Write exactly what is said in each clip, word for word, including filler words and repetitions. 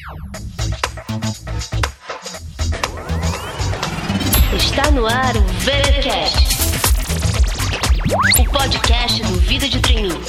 Está no ar o VTCast, o podcast do Vida de Trainee.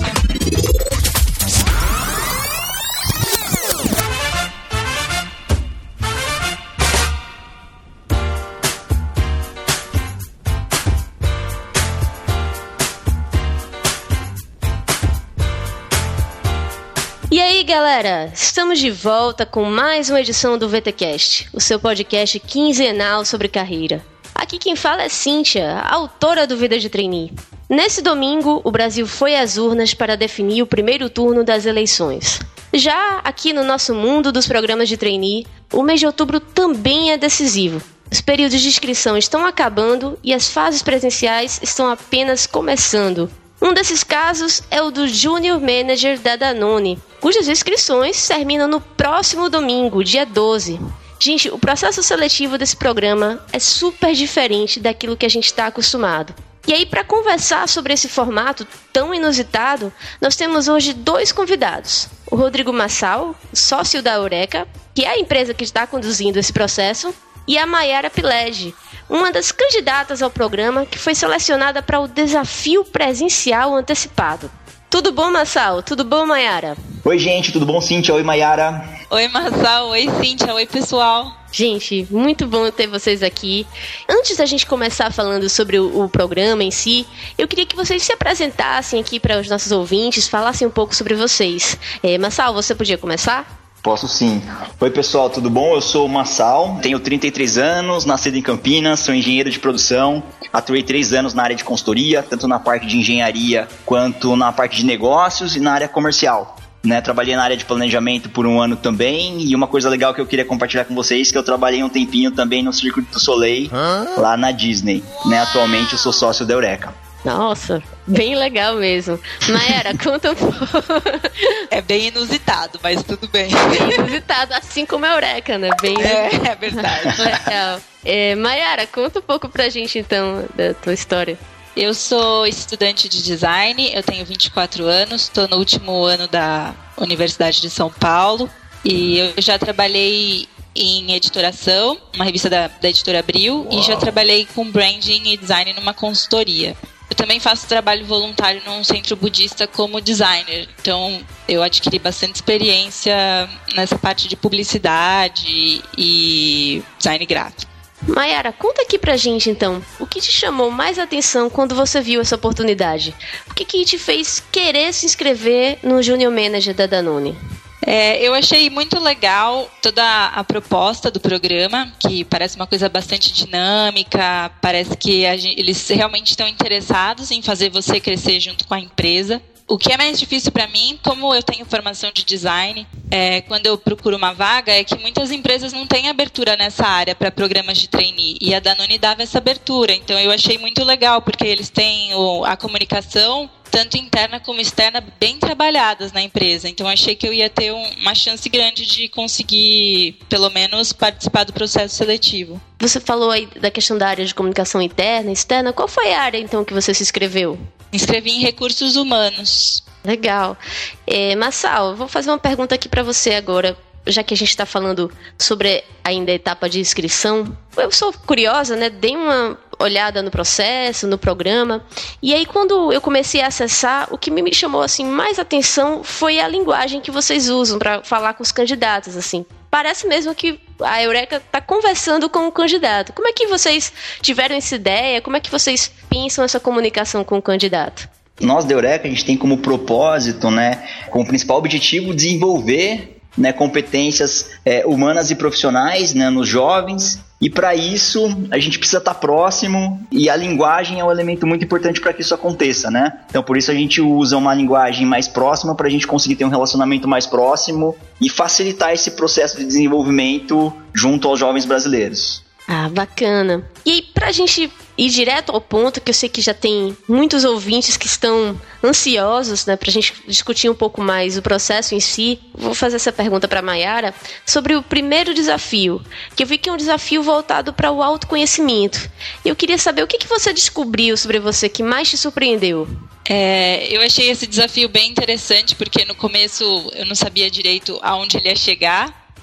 E aí, galera, estamos de volta com mais uma edição do VTCast, o seu podcast quinzenal sobre carreira. Aqui quem fala é Cíntia, a autora do Vida de Trainee. Nesse domingo, o Brasil foi às urnas para definir o primeiro turno das eleições. Já aqui no nosso mundo dos programas de trainee, o mês de outubro também é decisivo. Os períodos de inscrição estão acabando e as fases presenciais estão apenas começando. Um desses casos é o do Junior Manager da Danone, cujas inscrições terminam no próximo domingo, dia doze. Gente, o processo seletivo desse programa é super diferente daquilo que a gente está acostumado. E aí, para conversar sobre esse formato tão inusitado, nós temos hoje dois convidados. O Rodrigo Massal, sócio da Eureka, que é a empresa que está conduzindo esse processo, e a Mayara Pilege, uma das candidatas ao programa que foi selecionada para o desafio presencial antecipado. Tudo bom, Massal? Tudo bom, Mayara? Oi, gente, tudo bom, Cíntia? Oi, Mayara. Oi, Massal. Oi, Cíntia. Oi, pessoal. Gente, muito bom ter vocês aqui. Antes da gente começar falando sobre o, o programa em si, eu queria que vocês se apresentassem aqui para os nossos ouvintes, falassem um pouco sobre vocês. É, Massal, você podia começar? Posso sim. Oi, pessoal, tudo bom? Eu sou o Massal, tenho trinta e três anos, nascido em Campinas, sou engenheiro de produção, atuei três anos na área de consultoria, tanto na parte de engenharia quanto na parte de negócios e na área comercial. Né, trabalhei na área de planejamento por um ano também, e uma coisa legal que eu queria compartilhar com vocês, que eu trabalhei um tempinho também no Cirque du Soleil, Hã? lá na Disney. Né, atualmente eu sou sócio da Eureka. Nossa, bem legal mesmo. Mayara, conta um pouco. É bem inusitado, mas tudo bem. Bem inusitado, assim como a Eureka, né? Bem é, é verdade. Legal. É, Mayara, conta um pouco pra gente então da tua história. Eu sou estudante de design, eu tenho vinte e quatro anos, estou no último ano da Universidade de São Paulo e eu já trabalhei em editoração, uma revista da, da editora Abril, Uau. E já trabalhei com branding e design numa consultoria. Eu também faço trabalho voluntário num centro budista como designer, então eu adquiri bastante experiência nessa parte de publicidade e design gráfico. Mayara, conta aqui pra gente então, o que te chamou mais atenção quando você viu essa oportunidade? O que, que te fez querer se inscrever no Junior Manager da Danone? É, eu achei muito legal toda a proposta do programa, que parece uma coisa bastante dinâmica, parece que a gente, eles realmente estão interessados em fazer você crescer junto com a empresa. O que é mais difícil para mim, como eu tenho formação de design, é, quando eu procuro uma vaga, é que muitas empresas não têm abertura nessa área para programas de trainee, e a Danone dava essa abertura, então eu achei muito legal, porque eles têm o, a comunicação, tanto interna como externa, bem trabalhadas na empresa, então eu achei que eu ia ter um, uma chance grande de conseguir, pelo menos, participar do processo seletivo. Você falou aí da questão da área de comunicação interna e externa, qual foi a área então que você se inscreveu? Me inscrevi em recursos humanos. Legal. É, Massal, vou fazer uma pergunta aqui para você agora, já que a gente está falando sobre ainda a etapa de inscrição. Eu sou curiosa, né? Dei uma olhada no processo, no programa, e aí quando eu comecei a acessar, o que me chamou assim mais atenção foi a linguagem que vocês usam para falar com os candidatos, assim. Parece mesmo que a Eureka está conversando com o candidato. Como é que vocês tiveram essa ideia? Como é que vocês pensam essa comunicação com o candidato? Nós da Eureka, a gente tem como propósito, né, como principal objetivo, desenvolver, né, competências é, humanas e profissionais, né, nos jovens. E para isso, a gente precisa estar próximo, e a linguagem é um elemento muito importante para que isso aconteça, né? Então, por isso a gente usa uma linguagem mais próxima para a gente conseguir ter um relacionamento mais próximo e facilitar esse processo de desenvolvimento junto aos jovens brasileiros. Ah, bacana. E aí, pra gente ir direto ao ponto, que eu sei que já tem muitos ouvintes que estão ansiosos, né, pra gente discutir um pouco mais o processo em si, vou fazer essa pergunta pra Mayara sobre o primeiro desafio, que eu vi que é um desafio voltado para o autoconhecimento. E eu queria saber o que, que você descobriu sobre você que mais te surpreendeu. É, eu achei esse desafio bem interessante, porque no começo eu não sabia direito aonde ele ia chegar.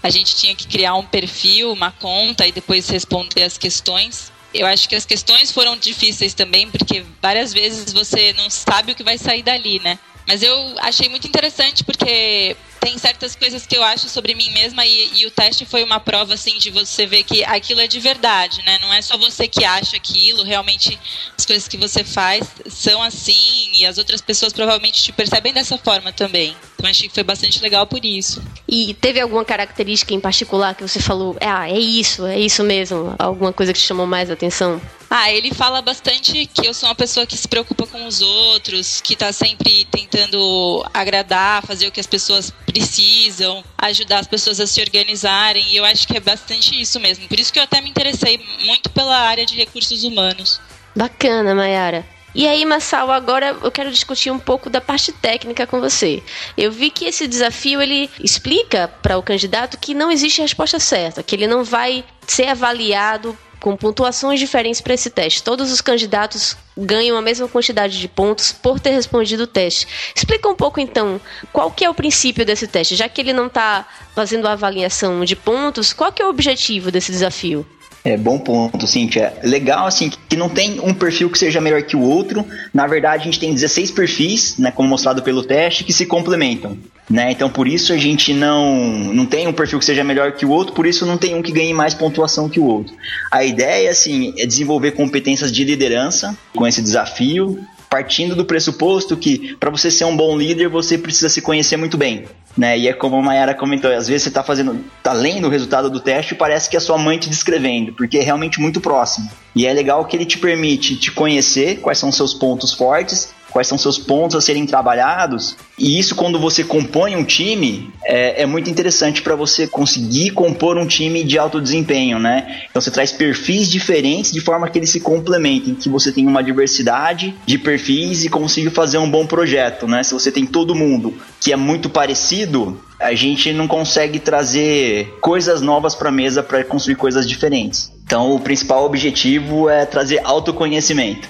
a gente tinha que criar um perfil, uma conta e depois responder as questões. Eu acho que as questões foram difíceis também, porque várias vezes você não sabe o que vai sair dali, né? Mas eu achei muito interessante porque tem certas coisas que eu acho sobre mim mesma e, e o teste foi uma prova, assim, de você ver que aquilo é de verdade, né? Não é só você que acha aquilo, realmente as coisas que você faz são assim e as outras pessoas provavelmente te percebem dessa forma também. Então achei que foi bastante legal por isso. E teve alguma característica em particular que você falou, ah, é isso, é isso mesmo? Alguma coisa que te chamou mais a atenção? Ah, ele fala bastante que eu sou uma pessoa que se preocupa com os outros, que tá sempre tentando agradar, fazer o que as pessoas precisam, ajudar as pessoas a se organizarem, e eu acho que é bastante isso mesmo. Por isso que eu até me interessei muito pela área de recursos humanos. Bacana, Mayara. E aí, Massal, agora eu quero discutir um pouco da parte técnica com você. Eu vi que esse desafio, ele explica para o candidato que não existe resposta certa, que ele não vai ser avaliado com pontuações diferentes para esse teste. Todos os candidatos ganham a mesma quantidade de pontos por ter respondido o teste. Explica um pouco, então, qual que é o princípio desse teste? Já que ele não está fazendo a avaliação de pontos, qual que é o objetivo desse desafio? É, bom ponto, Cíntia. Legal, assim, que não tem um perfil que seja melhor que o outro. Na verdade, a gente tem dezesseis perfis, né, como mostrado pelo teste, que se complementam, né? Então, por isso a gente não, não tem um perfil que seja melhor que o outro, por isso não tem um que ganhe mais pontuação que o outro. A ideia, assim, é desenvolver competências de liderança com esse desafio, partindo do pressuposto que para você ser um bom líder, você precisa se conhecer muito bem, né? E é como a Mayara comentou, às vezes você está fazendo, tá lendo o resultado do teste e parece que é sua mãe te descrevendo, porque é realmente muito próximo. E é legal que ele te permite te conhecer, quais são os seus pontos fortes, quais são seus pontos a serem trabalhados, e isso quando você compõe um time, é, é muito interessante para você conseguir compor um time de alto desempenho, né? Então você traz perfis diferentes de forma que eles se complementem, que você tem uma diversidade de perfis e consiga fazer um bom projeto, né? Se você tem todo mundo que é muito parecido, a gente não consegue trazer coisas novas para a mesa para construir coisas diferentes. Então o principal objetivo é trazer autoconhecimento.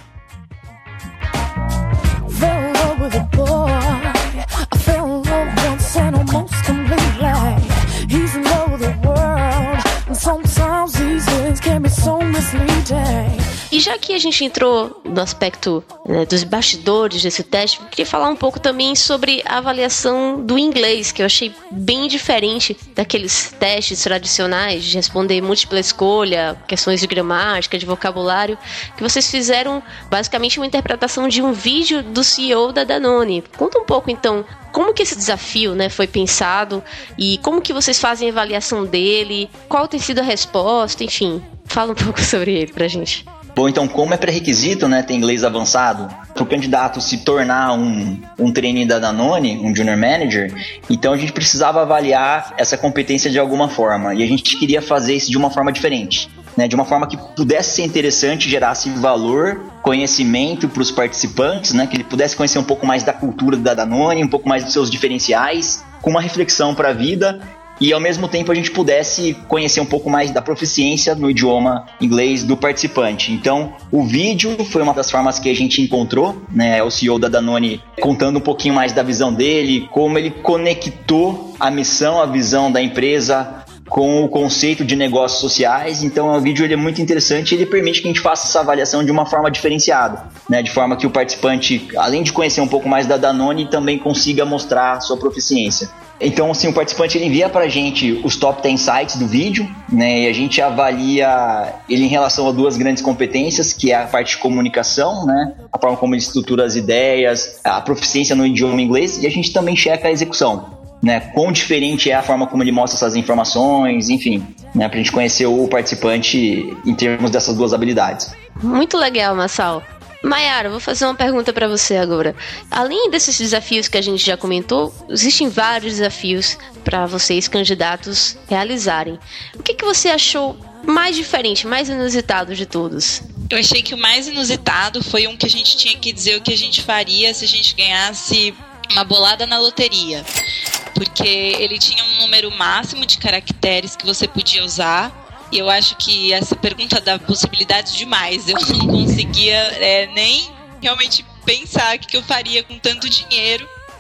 E já que a gente entrou no aspecto, né, dos bastidores desse teste, eu queria falar um pouco também sobre a avaliação do inglês, que eu achei bem diferente daqueles testes tradicionais de responder múltipla escolha, questões de gramática, de vocabulário, que vocês fizeram basicamente uma interpretação de um vídeo do C E O da Danone. Conta um pouco então, como que esse desafio, né, foi pensado e como que vocês fazem a avaliação dele, qual tem sido a resposta, enfim, fala um pouco sobre ele pra gente. Bom, então, como é pré-requisito, né, ter inglês avançado, para o candidato se tornar um, um trainee da Danone, um junior manager, então a gente precisava avaliar essa competência de alguma forma, e a gente queria fazer isso de uma forma diferente, né, de uma forma que pudesse ser interessante, gerasse valor, conhecimento para os participantes, né, que ele pudesse conhecer um pouco mais da cultura da Danone, um pouco mais dos seus diferenciais, com uma reflexão para a vida, e ao mesmo tempo a gente pudesse conhecer um pouco mais da proficiência no idioma inglês do participante. Então o vídeo foi uma das formas que a gente encontrou, né, o C E O da Danone contando um pouquinho mais da visão dele, como ele conectou a missão, a visão da empresa com o conceito de negócios sociais. Então o vídeo ele é muito interessante e ele permite que a gente faça essa avaliação de uma forma diferenciada, né, de forma que o participante, além de conhecer um pouco mais da Danone, também consiga mostrar a sua proficiência. Então, assim, o participante ele envia pra gente os top dez sites do vídeo, né, e a gente avalia ele em relação a duas grandes competências, que é a parte de comunicação, né, a forma como ele estrutura as ideias, a proficiência no idioma inglês, e a gente também checa a execução, né, quão diferente é a forma como ele mostra essas informações, enfim, né, pra gente conhecer o participante em termos dessas duas habilidades. Muito legal, Massal. Mayara, vou fazer uma pergunta para você agora. Além desses desafios que a gente já comentou, existem vários desafios para vocês, candidatos, realizarem. O que, que você achou mais diferente, mais inusitado de todos? Eu achei que o mais inusitado foi um que a gente tinha que dizer o que a gente faria se a gente ganhasse uma bolada na loteria. Porque ele tinha um número máximo de caracteres que você podia usar. E eu acho que essa pergunta dá possibilidades demais. Eu não conseguia é, nem realmente pensar o que eu faria com tanto dinheiro.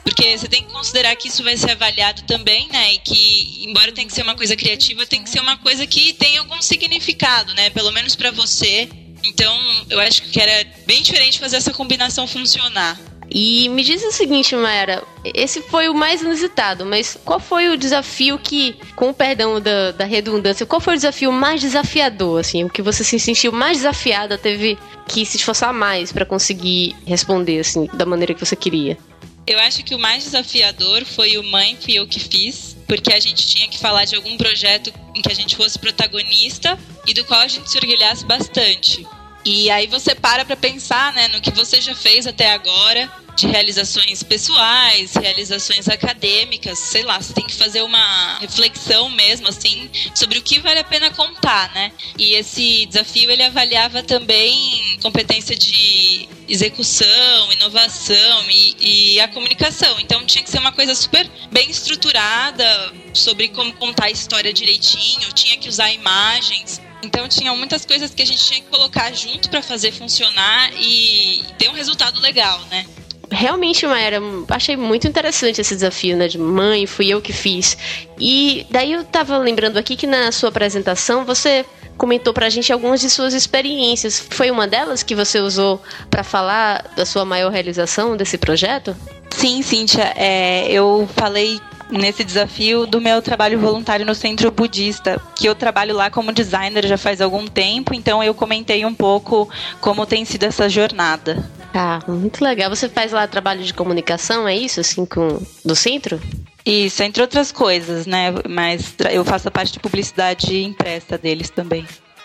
Porque você tem que considerar que isso vai ser avaliado também, né? E que, embora tenha que ser uma coisa criativa, tem que ser uma coisa que tenha algum significado, né? Pelo menos para você. Então, eu acho que era bem diferente fazer essa combinação funcionar. E me diz o seguinte, Mayara, esse foi o mais inusitado, mas qual foi o desafio que, com o perdão da, da redundância, qual foi o desafio mais desafiador, assim, o que você se sentiu mais desafiada, teve que se esforçar mais para conseguir responder, assim, da maneira que você queria? Eu acho que o mais desafiador foi o Mãe Fui Eu Que Fiz, porque a gente tinha que falar de algum projeto em que a gente fosse protagonista e do qual a gente se orgulhasse bastante. E aí você para pra pensar, né, no que você já fez até agora, de realizações pessoais, realizações acadêmicas, sei lá, você tem que fazer uma reflexão mesmo, assim, sobre o que vale a pena contar, né? E esse desafio, ele avaliava também competência de execução, inovação e, e a comunicação. Então tinha que ser uma coisa super bem estruturada sobre como contar a história direitinho, tinha que usar imagens. Então tinham muitas coisas que a gente tinha que colocar junto para fazer funcionar e ter um resultado legal, né? Realmente, Mayara, achei muito interessante esse desafio, né, de Mãe, Fui Eu Que Fiz. E daí eu tava lembrando aqui que na sua apresentação você comentou pra gente algumas de suas experiências. Foi uma delas que você usou para falar da sua maior realização desse projeto? Sim, Cíntia, é, eu falei nesse desafio do meu trabalho voluntário no Centro Budista, que eu trabalho lá como designer já faz algum tempo, então eu comentei um pouco como tem sido essa jornada. Ah, muito legal. Você faz lá trabalho de comunicação, é isso, assim, com, do centro? Isso, entre outras coisas, né, mas eu faço a parte de publicidade impressa deles também.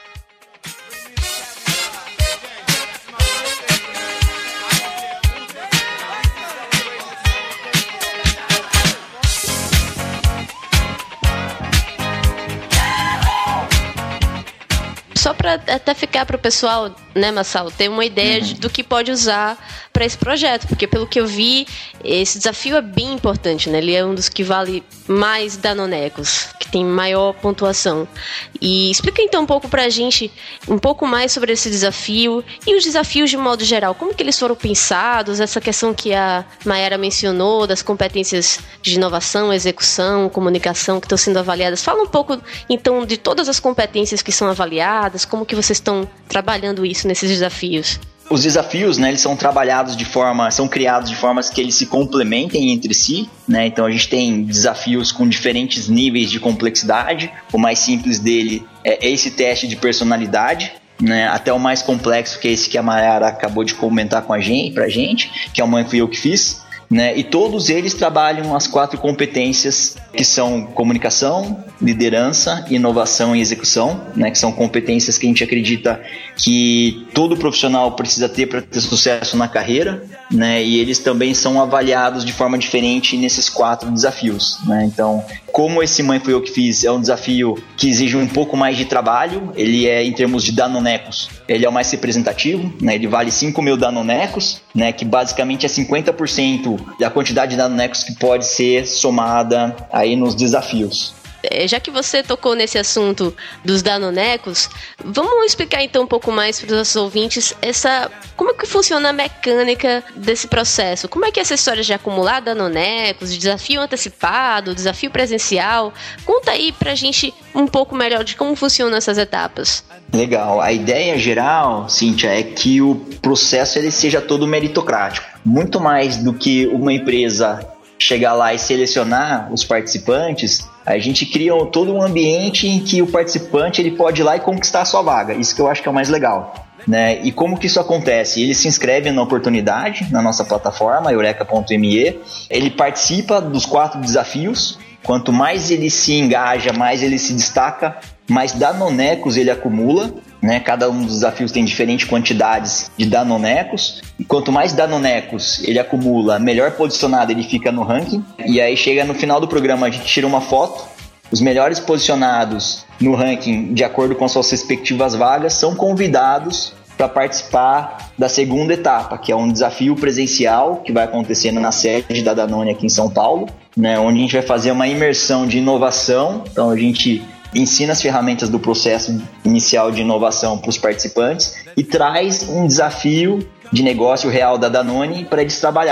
Só para até ficar para o pessoal, né, Massal, ter uma ideia uhum. de, do que pode usar para esse projeto, porque pelo que eu vi, esse desafio é bem importante, né? Ele é um dos que vale mais danonecos, que tem maior pontuação. E explica então um pouco para a gente, um pouco mais sobre esse desafio e os desafios de modo geral, como que eles foram pensados, essa questão que a Mayara mencionou, das competências de inovação, execução, comunicação que estão sendo avaliadas. Fala um pouco, então, de todas as competências que são avaliadas, como que vocês estão trabalhando isso nesses desafios? Os desafios, né, eles são trabalhados de forma, são criados de formas que eles se complementem entre si, né? Então a gente tem desafios com diferentes níveis de complexidade. O mais simples dele é esse teste de personalidade, né, até o mais complexo, que é esse que a Mayara acabou de comentar com a gente, pra gente, que é o Mãe Fui Eu Que Fiz. Né, e todos eles trabalham as quatro competências que são comunicação, liderança, inovação e execução, né, que são competências que a gente acredita que todo profissional precisa ter para ter sucesso na carreira, né, e eles também são avaliados de forma diferente nesses quatro desafios. Né. Então, como esse Mãe Fui Eu Que Fiz é um desafio que exige um pouco mais de trabalho, ele é, em termos de danonecos, ele é o mais representativo, né, ele vale cinco mil danonecos, né, que basicamente é cinquenta por cento da quantidade de danonecos que pode ser somada aí nos desafios. Já que você tocou nesse assunto dos danonecos, vamos explicar então um pouco mais para os nossos ouvintes essa, como é que funciona a mecânica desse processo. Como é que é essa história de acumular danonecos, desafio antecipado, desafio presencial? Conta aí pra gente um pouco melhor de como funcionam essas etapas. Legal. A ideia geral, Cíntia, é que o processo ele seja todo meritocrático. Muito mais do que uma empresa chegar lá e selecionar os participantes, a gente cria todo um ambiente em que o participante ele pode ir lá e conquistar a sua vaga. Isso que eu acho que é o mais legal. Né? E como que isso acontece? Ele se inscreve na oportunidade, na nossa plataforma, eureka ponto me, ele participa dos quatro desafios. Quanto mais ele se engaja, mais ele se destaca, mais danonecos ele acumula. Né? Cada um dos desafios tem diferentes quantidades de danonecos. E quanto mais danonecos ele acumula, melhor posicionado ele fica no ranking. E aí chega no final do programa, a gente tira uma foto. Os melhores posicionados no ranking, de acordo com suas respectivas vagas, são convidados para participar da segunda etapa, que é um desafio presencial que vai acontecendo na sede da Danone aqui em São Paulo, né? Onde a gente vai fazer uma imersão de inovação. Então a gente ensina as ferramentas do processo inicial de inovação para os participantes e traz um desafio de negócio real da Danone para eles trabalharem.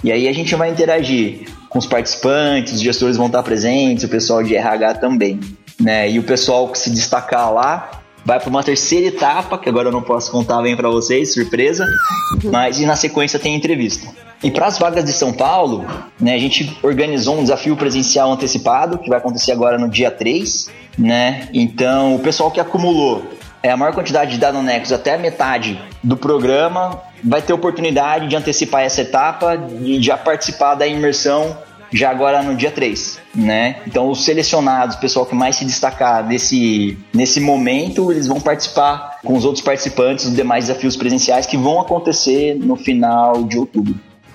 E aí a gente vai interagir com os participantes, os gestores vão estar presentes, o pessoal de R H também, né? E o pessoal que se destacar lá vai para uma terceira etapa, que agora eu não posso contar bem para vocês, surpresa, mas e na sequência tem entrevista. E para as vagas de São Paulo, né, a gente organizou um desafio presencial antecipado, que vai acontecer agora no dia três, né? Então, o pessoal que acumulou é, a maior quantidade de Danonecos até a metade do programa vai ter oportunidade de antecipar essa etapa e já participar da imersão já agora no dia três, né? Então, os selecionados, o pessoal que mais se destacar desse, nesse momento, eles vão participar com os outros participantes dos demais desafios presenciais que vão acontecer no final de outubro.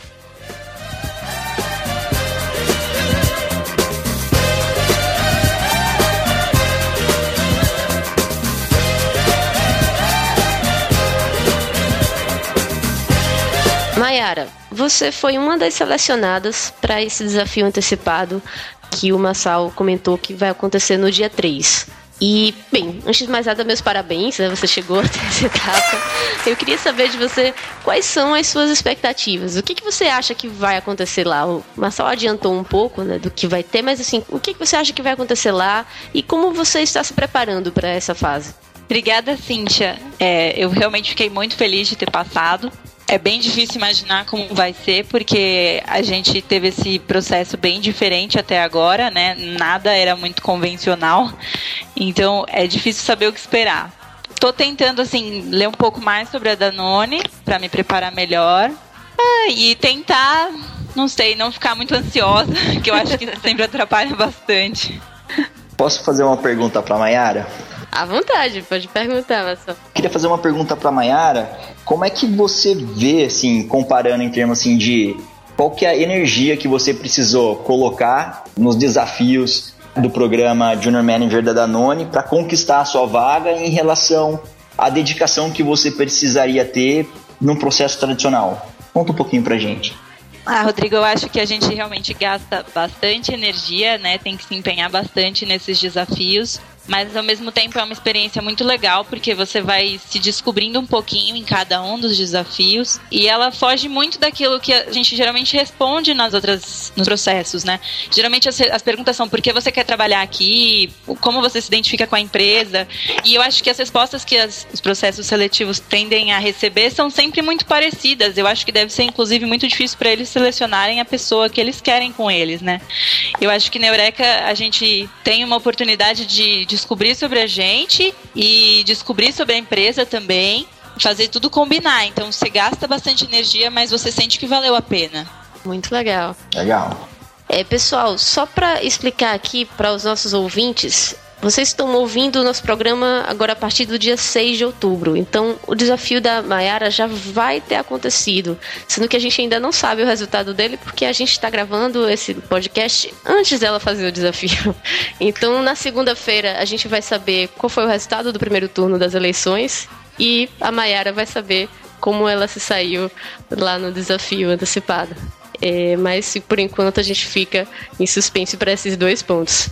Mayara, você foi uma das selecionadas para esse desafio antecipado que o Massal comentou que vai acontecer no dia três. E, bem, antes de mais nada, meus parabéns, né? Você chegou até essa etapa. Eu queria saber de você quais são as suas expectativas. O que, que você acha que vai acontecer lá? O Massal adiantou um pouco, né, do que vai ter, mas assim, o que, que você acha que vai acontecer lá e como você está se preparando para essa fase? Obrigada, Cíntia. É, eu realmente fiquei muito feliz de ter passado. É bem difícil imaginar como vai ser, porque a gente teve esse processo bem diferente até agora, né? Nada era muito convencional, então é difícil saber o que esperar. Tô tentando, assim, ler um pouco mais sobre a Danone, para me preparar melhor, ah, e tentar, não sei, não ficar muito ansiosa, que eu acho que sempre atrapalha bastante. Posso fazer uma pergunta para a Mayara? À vontade, pode perguntar, Massal. Queria fazer uma pergunta para a Mayara. Como é que você vê, assim, comparando em termos assim, de qual que é a energia que você precisou colocar nos desafios do programa Junior Manager da Danone para conquistar a sua vaga em relação à dedicação que você precisaria ter num processo tradicional? Conta um pouquinho pra gente. Ah, Rodrigo, eu acho que a gente realmente gasta bastante energia, né? Tem que se empenhar bastante nesses desafios, mas ao mesmo tempo é uma experiência muito legal, porque você vai se descobrindo um pouquinho em cada um dos desafios, e ela foge muito daquilo que a gente geralmente responde nas outras, nos processos, né? Geralmente as, as perguntas são: por que você quer trabalhar aqui? Como você se identifica com a empresa? E eu acho que as respostas que as, os processos seletivos tendem a receber são sempre muito parecidas. Eu acho que deve ser, inclusive, muito difícil para eles selecionarem a pessoa que eles querem com eles, né? Eu acho que na Eureka a gente tem uma oportunidade de descobrir sobre a gente e descobrir sobre a empresa também, fazer tudo combinar. Então você gasta bastante energia, mas você sente que valeu a pena. Muito legal. Legal. É, pessoal, só para explicar aqui para os nossos ouvintes, vocês estão ouvindo o nosso programa agora a partir do dia seis de outubro. Então, o desafio da Mayara já vai ter acontecido, sendo que a gente ainda não sabe o resultado dele, porque a gente está gravando esse podcast antes dela fazer o desafio. Então, na segunda-feira, a gente vai saber qual foi o resultado do primeiro turno das eleições e a Mayara vai saber como ela se saiu lá no desafio antecipado. É, mas, por enquanto, a gente fica em suspense para esses dois pontos.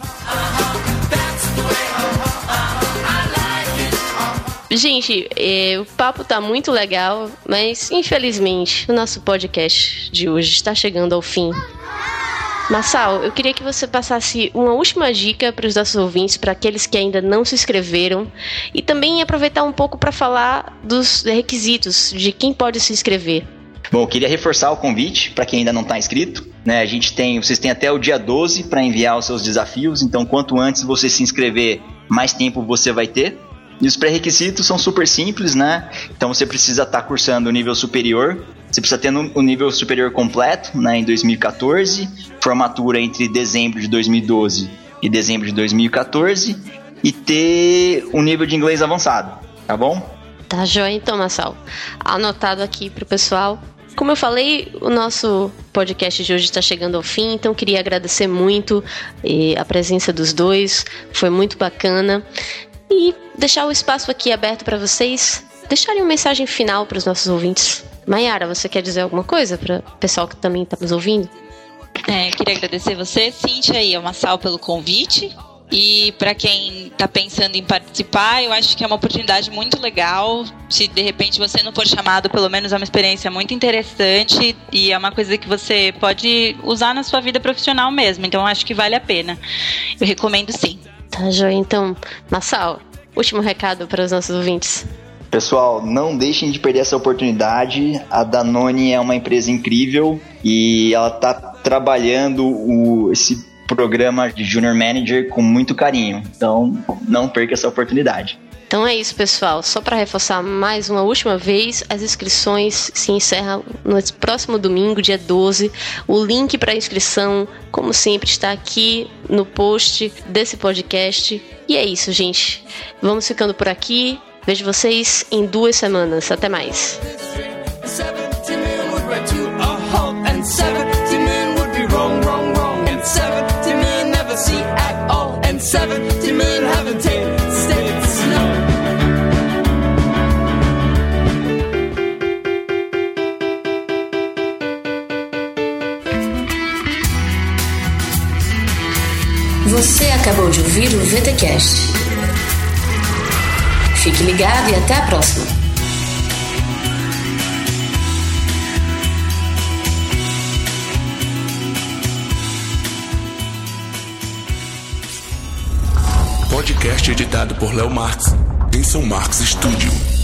Gente, eh, o papo tá muito legal, mas infelizmente o nosso podcast de hoje está chegando ao fim. Massal, eu queria que você passasse uma última dica para os nossos ouvintes, para aqueles que ainda não se inscreveram, e também aproveitar um pouco para falar dos requisitos de quem pode se inscrever. Bom, eu queria reforçar o convite para quem ainda não está inscrito, né? A gente tem, vocês têm até o dia doze para enviar os seus desafios, então quanto antes você se inscrever, mais tempo você vai ter. E os pré-requisitos são super simples, né? Então você precisa estar tá cursando o nível superior, você precisa ter o nível superior completo, né, em dois mil e catorze, formatura entre dezembro de dois mil e doze e dezembro de dois mil e catorze, e ter um nível de inglês avançado, tá bom? Tá joia então, Massal. Anotado aqui pro pessoal. Como eu falei, o nosso podcast de hoje está chegando ao fim, então queria agradecer muito eh, a presença dos dois, foi muito bacana. E deixar o espaço aqui aberto para vocês deixarem uma mensagem final para os nossos ouvintes. Mayara, você quer dizer alguma coisa para o pessoal que também está nos ouvindo? É, eu queria agradecer você, Cíntia e ao Massal, pelo convite. E para quem está pensando em participar, eu acho que é uma oportunidade muito legal. Se de repente você não for chamado, pelo menos é uma experiência muito interessante e é uma coisa que você pode usar na sua vida profissional mesmo. Então, eu acho que vale a pena. Eu recomendo sim. Tá, joia. Então, Massal, último recado para os nossos ouvintes. Pessoal, não deixem de perder essa oportunidade. A Danone é uma empresa incrível e ela está trabalhando o, esse programa de Junior Manager com muito carinho. Então, não perca essa oportunidade. Então é isso, pessoal. Só para reforçar mais uma última vez, as inscrições se encerram no próximo domingo, dia doze. O link para a inscrição, como sempre, está aqui no post desse podcast. E é isso, gente. Vamos ficando por aqui. Vejo vocês em duas semanas. Até mais. Você acabou de ouvir o VTcast. Fique ligado e até a próxima. Podcast editado por Léo Marques, em São Marcos Studio.